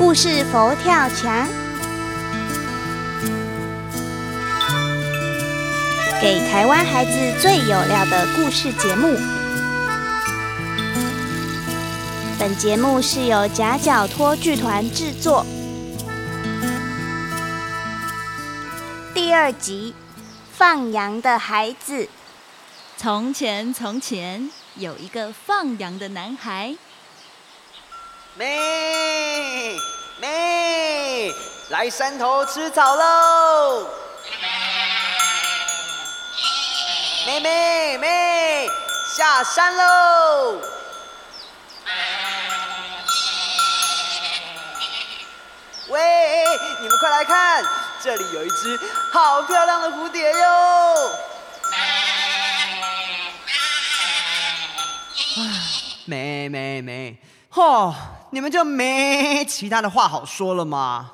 故事佛跳墙，给台湾孩子最有料的故事节目。本节目是由夹角托剧团制作。第2集，放羊的孩子。 从前，从前有一个放羊的男孩。 妹妹，来山头吃草喽！妹，下山喽！喂，你们快来看，这里有一只好漂亮的蝴蝶哟！妹，你们就没其他的话好说了吗？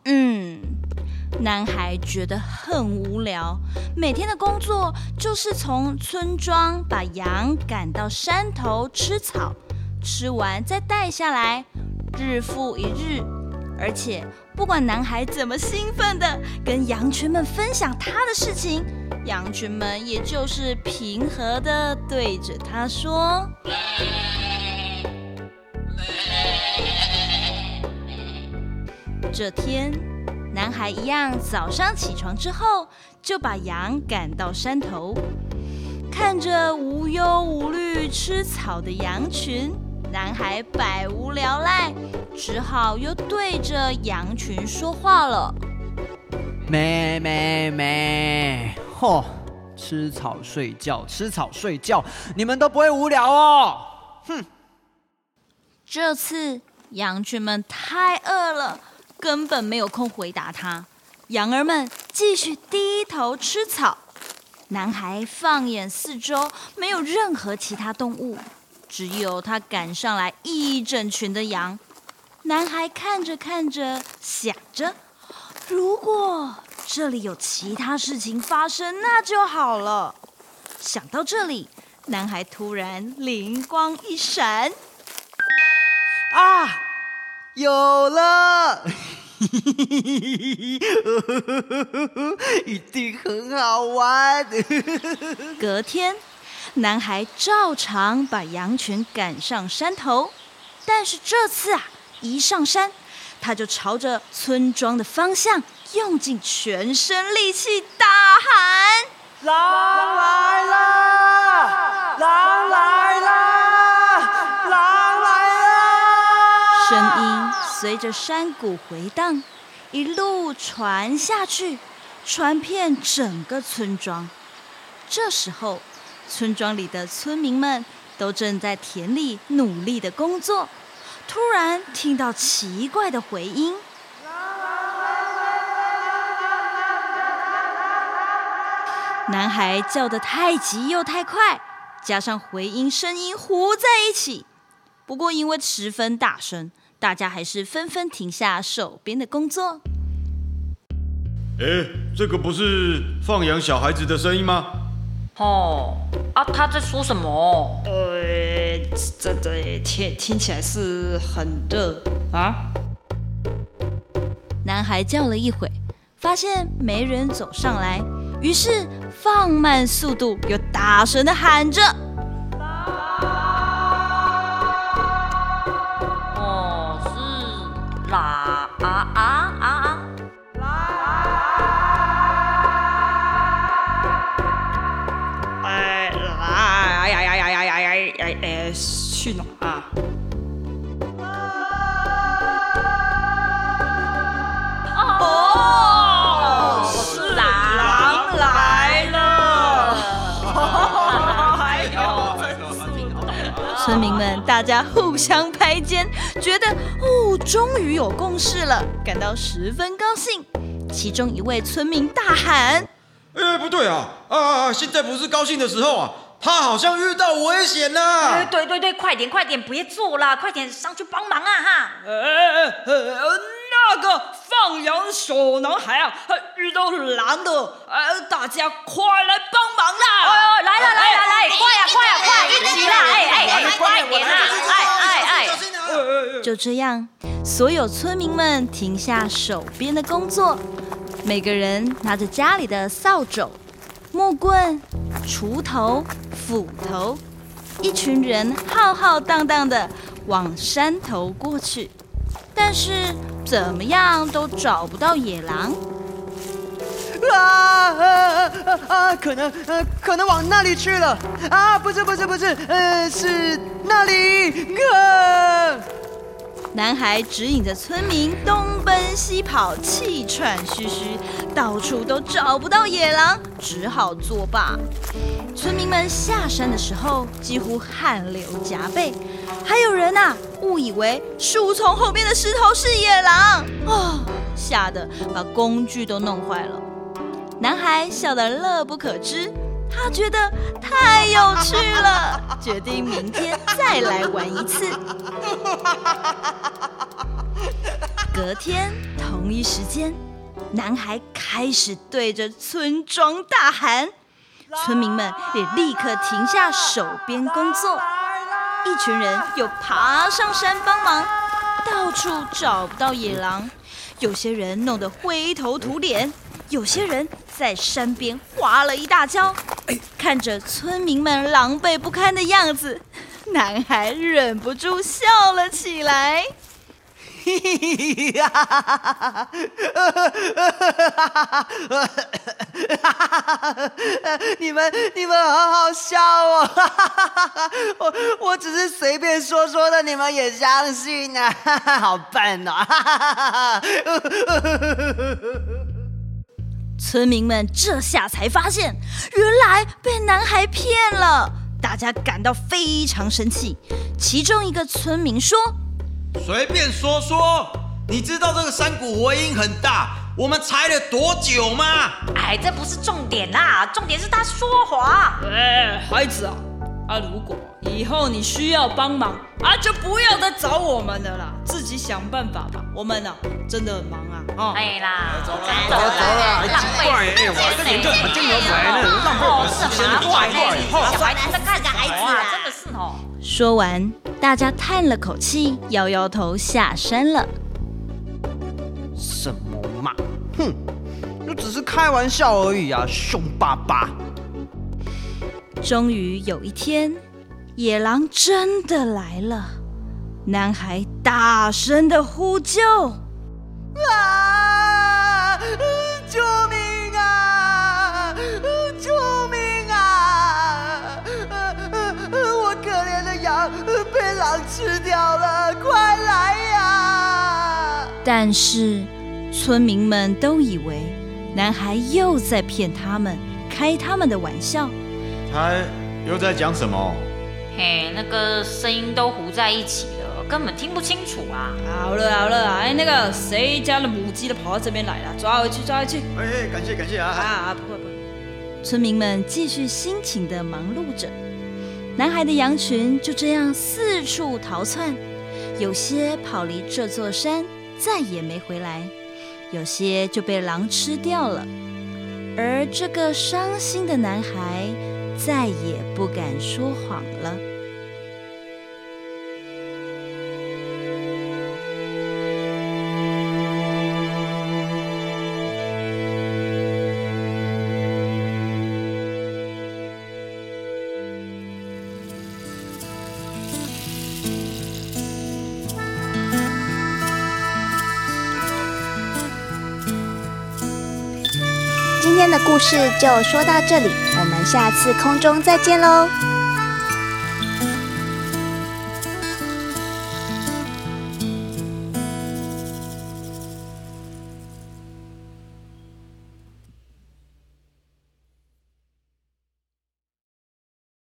男孩觉得很无聊，每天的工作就是从村庄把羊赶到山头吃草，吃完再带下来，日复一日。而且不管男孩怎么兴奋地跟羊群们分享他的事情，羊群们也就是平和地对着他说。这天，男孩一样早上起床之后，就把羊赶到山头，看着无忧无虑吃草的羊群，男孩百无聊赖，只好又对着羊群说话了。 妹，吃草睡觉，你们都不会无聊哦。哼！ 这次羊群们太饿了，根本没有空回答他。羊儿们继续低头吃草。男孩放眼四周，没有任何其他动物，只有他赶上来一整群的羊。男孩看着看着，想着，如果这里有其他事情发生，那就好了。想到这里，男孩突然灵光一闪。 啊，有了！一定很好玩。 隔天，男孩照常把羊群赶上山头，但是这次一上山，他就朝着村庄的方向用尽全身力气大喊： 狼来了！狼来了！ 声音随着山谷回荡，一路传下去，传遍整个村庄。这时候，村庄里的村民们都正在田里努力的工作，突然听到奇怪的回音。男孩叫得太急又太快，加上回音声音糊在一起。不过因为十分大声，大家还是纷纷停下手边的工作。 这个不是放羊小孩子的声音吗？ 他在说什么？ 这听起来是很热啊。 男孩叫了一会，发现没人走上来，于是放慢速度，又大声地喊着。 去哪啊？ 是狼来了！ 村民们大家互相拍肩，觉得终于有共识了，感到十分高兴。其中一位村民大喊： 不对啊！现在不是高兴的时候啊！他好像遇到危险了。 对，快点，别坐了，快点上去帮忙啊！哈！ 那个放羊小男孩遇到狼了，大家快来帮忙啦！ 来，快，一起啦！快点啦！ 就这样，所有村民们停下手边的工作，每个人拿着家里的扫帚、木棍、锄头、斧头，一群人浩浩荡荡地往山头过去。但是怎么样都找不到野狼。 可能往那里去了啊！不是，是那里。 男孩指引着村民东奔西跑，气喘吁吁，到处都找不到野狼，只好作罢。村民们下山的时候几乎汗流浃背，还有人误以为树丛后面的石头是野狼，吓得把工具都弄坏了。男孩笑得乐不可支，他觉得太有趣了，决定明天再来玩一次。隔天同一时间，男孩开始对着村庄大喊，村民们也立刻停下手边工作，一群人又爬上山帮忙，到处找不到野狼，有些人弄得灰头土脸，有些人在山边滑了一大跤。看着村民们狼狈不堪的样子，男孩忍不住笑了起来。 你们好好笑哦！我只是随便说说的，你们也相信啊？好笨啊！ 村民们这下才发现，原来被男孩骗了，大家感到非常生气。其中一个村民说：“ 随便说说，你知道这个山谷回音很大，我们猜了多久吗？” 这不是重点啦，重点是他说谎。 孩子如果以后你需要帮忙就不要再找我们了啦，自己想办法吧。我们真的很忙对啦， 走了， 浪费时间玩个研究怎么进牛排呢？浪费我时间了，快！ 小孩子在看孩子真的是说完，大家叹了口气，摇摇头下山了。 什么嘛，就只是开玩笑而已啊，凶巴巴。 终于有一天，野狼真的来了，男孩大声的呼救：“ 救命啊！救命啊！我可怜的羊被狼吃掉了，快来呀！” 但是村民们都以为男孩又在骗他们，开他们的玩笑。 他又在讲什么？ 那个声音都糊在一起了，根本听不清楚啊！ 好了，那个谁家的母鸡都跑到这边来了，抓回去！ 感谢啊！ 不会。 村民们继续辛勤地忙碌着，男孩的羊群就这样四处逃窜，有些跑离这座山，再也没回来，有些就被狼吃掉了。而这个伤心的男孩再也不敢说谎了。 今天的故事就说到这里，我们下次空中再见喽。